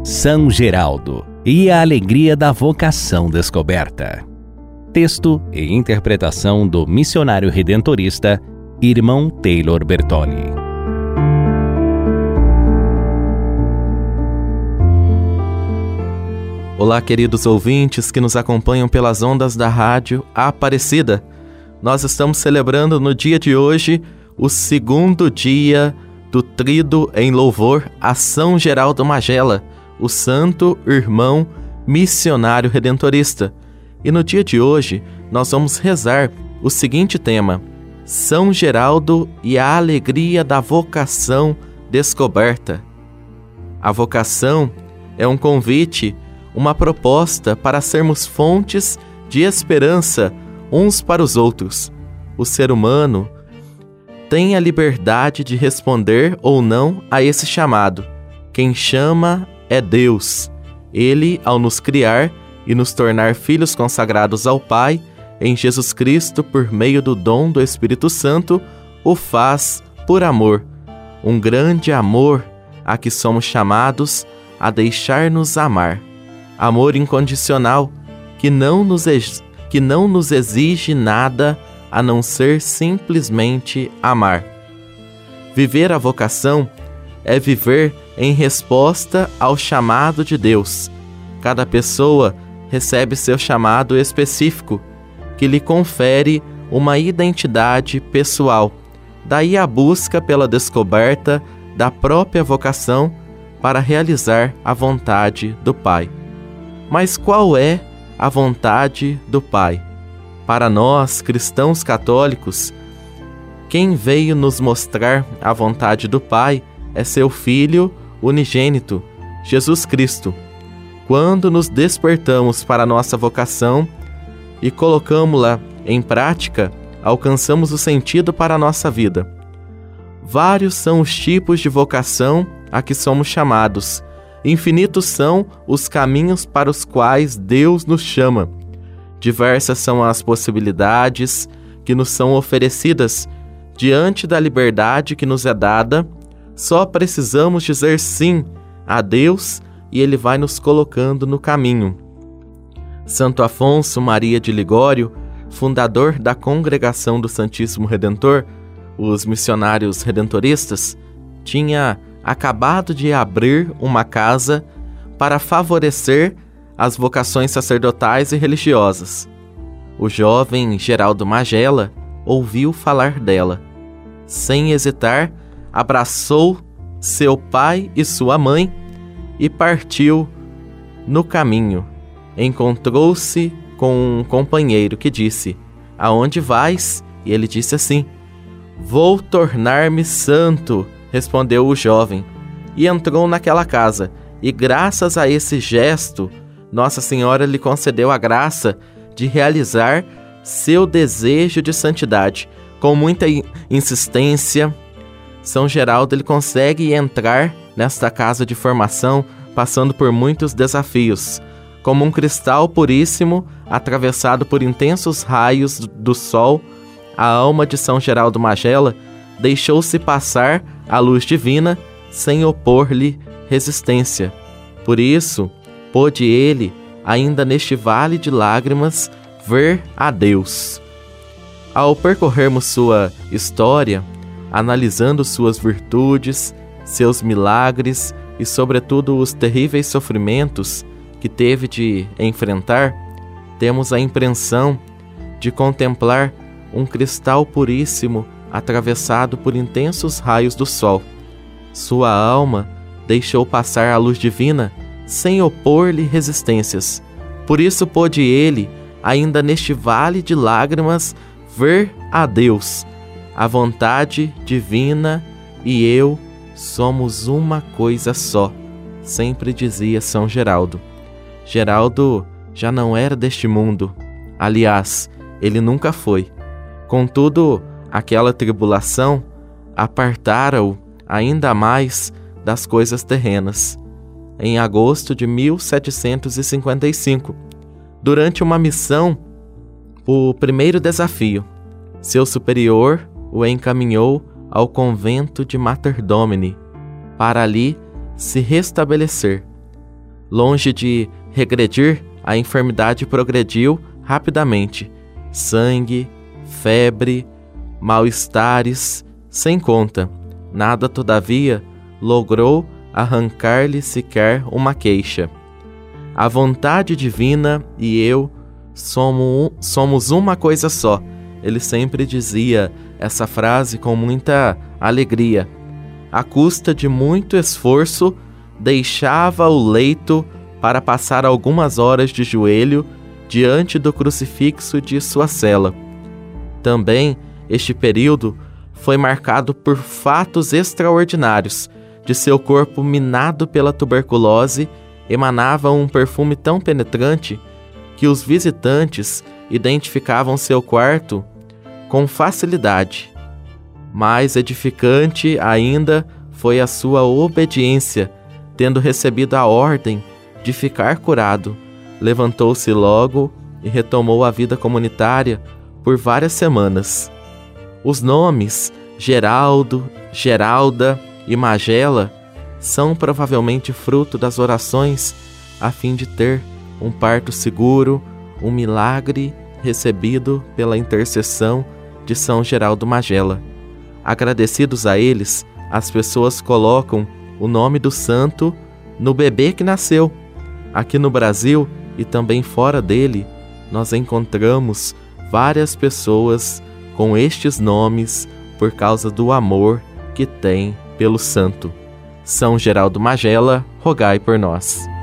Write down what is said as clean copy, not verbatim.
São Geraldo e a alegria da vocação descoberta. Texto e interpretação do missionário redentorista, irmão Taylor Bertoli. Olá, queridos ouvintes que nos acompanham pelas ondas da rádio Aparecida. Nós estamos celebrando no dia de hoje o segundo dia do Tríduo em louvor a São Geraldo Magela, o santo irmão missionário redentorista. E no dia de hoje nós vamos rezar o seguinte tema: São Geraldo e a alegria da vocação descoberta. A vocação é um convite, uma proposta para sermos fontes de esperança uns para os outros. O ser humano tem a liberdade de responder ou não a esse chamado. Quem chama é Deus. Ele, ao nos criar e nos tornar filhos consagrados ao Pai, em Jesus Cristo, por meio do dom do Espírito Santo, o faz por amor. Um grande amor a que somos chamados a deixar-nos amar. Amor incondicional que não nos exige nada a não ser simplesmente amar. Viver a vocação é viver em resposta ao chamado de Deus. Cada pessoa recebe seu chamado específico, que lhe confere uma identidade pessoal. Daí a busca pela descoberta da própria vocação para realizar a vontade do Pai. Mas qual é a vontade do Pai? Para nós, cristãos católicos, quem veio nos mostrar a vontade do Pai é seu Filho unigênito, Jesus Cristo. Quando nos despertamos para a nossa vocação e colocamos-la em prática, alcançamos o sentido para a nossa vida. Vários são os tipos de vocação a que somos chamados. Infinitos são os caminhos para os quais Deus nos chama. Diversas são as possibilidades que nos são oferecidas diante da liberdade que nos é dada. Só precisamos dizer sim a Deus e Ele vai nos colocando no caminho. Santo Afonso Maria de Ligório, fundador da Congregação do Santíssimo Redentor, os missionários redentoristas, tinha acabado de abrir uma casa para favorecer as vocações sacerdotais e religiosas. O jovem Geraldo Magela ouviu falar dela. Sem hesitar, abraçou seu pai e sua mãe e partiu no caminho. Encontrou-se com um companheiro que disse: "Aonde vais?" E ele disse assim: "Vou tornar-me santo", respondeu o jovem, e entrou naquela casa. E graças a esse gesto, Nossa Senhora lhe concedeu a graça de realizar seu desejo de santidade. Com muita insistência, São Geraldo ele consegue entrar nesta casa de formação, passando por muitos desafios. Como um cristal puríssimo, atravessado por intensos raios do sol, a alma de São Geraldo Magela deixou-se passar à luz divina sem opor-lhe resistência. Por isso, pôde ele, ainda neste vale de lágrimas, ver a Deus. Ao percorrermos sua história, analisando suas virtudes, seus milagres e, sobretudo, os terríveis sofrimentos que teve de enfrentar, temos a impressão de contemplar um cristal puríssimo atravessado por intensos raios do sol. Sua alma deixou passar a luz divina sem opor-lhe resistências. Por isso pôde ele, ainda neste vale de lágrimas, ver a Deus. A vontade divina e eu somos uma coisa só, sempre dizia São Geraldo. Geraldo já não era deste mundo. Aliás, ele nunca foi. Contudo, aquela tribulação apartara-o ainda mais das coisas terrenas. Em agosto de 1755, durante uma missão, o primeiro desafio, seu superior o encaminhou ao convento de Mater Domini, para ali se restabelecer. Longe de regredir, a enfermidade progrediu rapidamente. Sangue, febre, mal-estares, sem conta. Nada, todavia, logrou arrancar-lhe sequer uma queixa. A vontade divina e eu somos uma coisa só. Ele sempre dizia essa frase com muita alegria. À custa de muito esforço, deixava o leito para passar algumas horas de joelho diante do crucifixo de sua cela. Também este período foi marcado por fatos extraordinários. De seu corpo minado pela tuberculose, emanava um perfume tão penetrante que os visitantes identificavam seu quarto com facilidade. Mais edificante ainda foi a sua obediência, tendo recebido a ordem de ficar curado. Levantou-se logo e retomou a vida comunitária por várias semanas. Os nomes Geraldo, Geralda e Magela são provavelmente fruto das orações a fim de ter um parto seguro, um milagre recebido pela intercessão de São Geraldo Magela. Agradecidos a eles, as pessoas colocam o nome do santo no bebê que nasceu. Aqui no Brasil e também fora dele, nós encontramos várias pessoas com estes nomes por causa do amor que tem pelo santo. São Geraldo Magela, rogai por nós.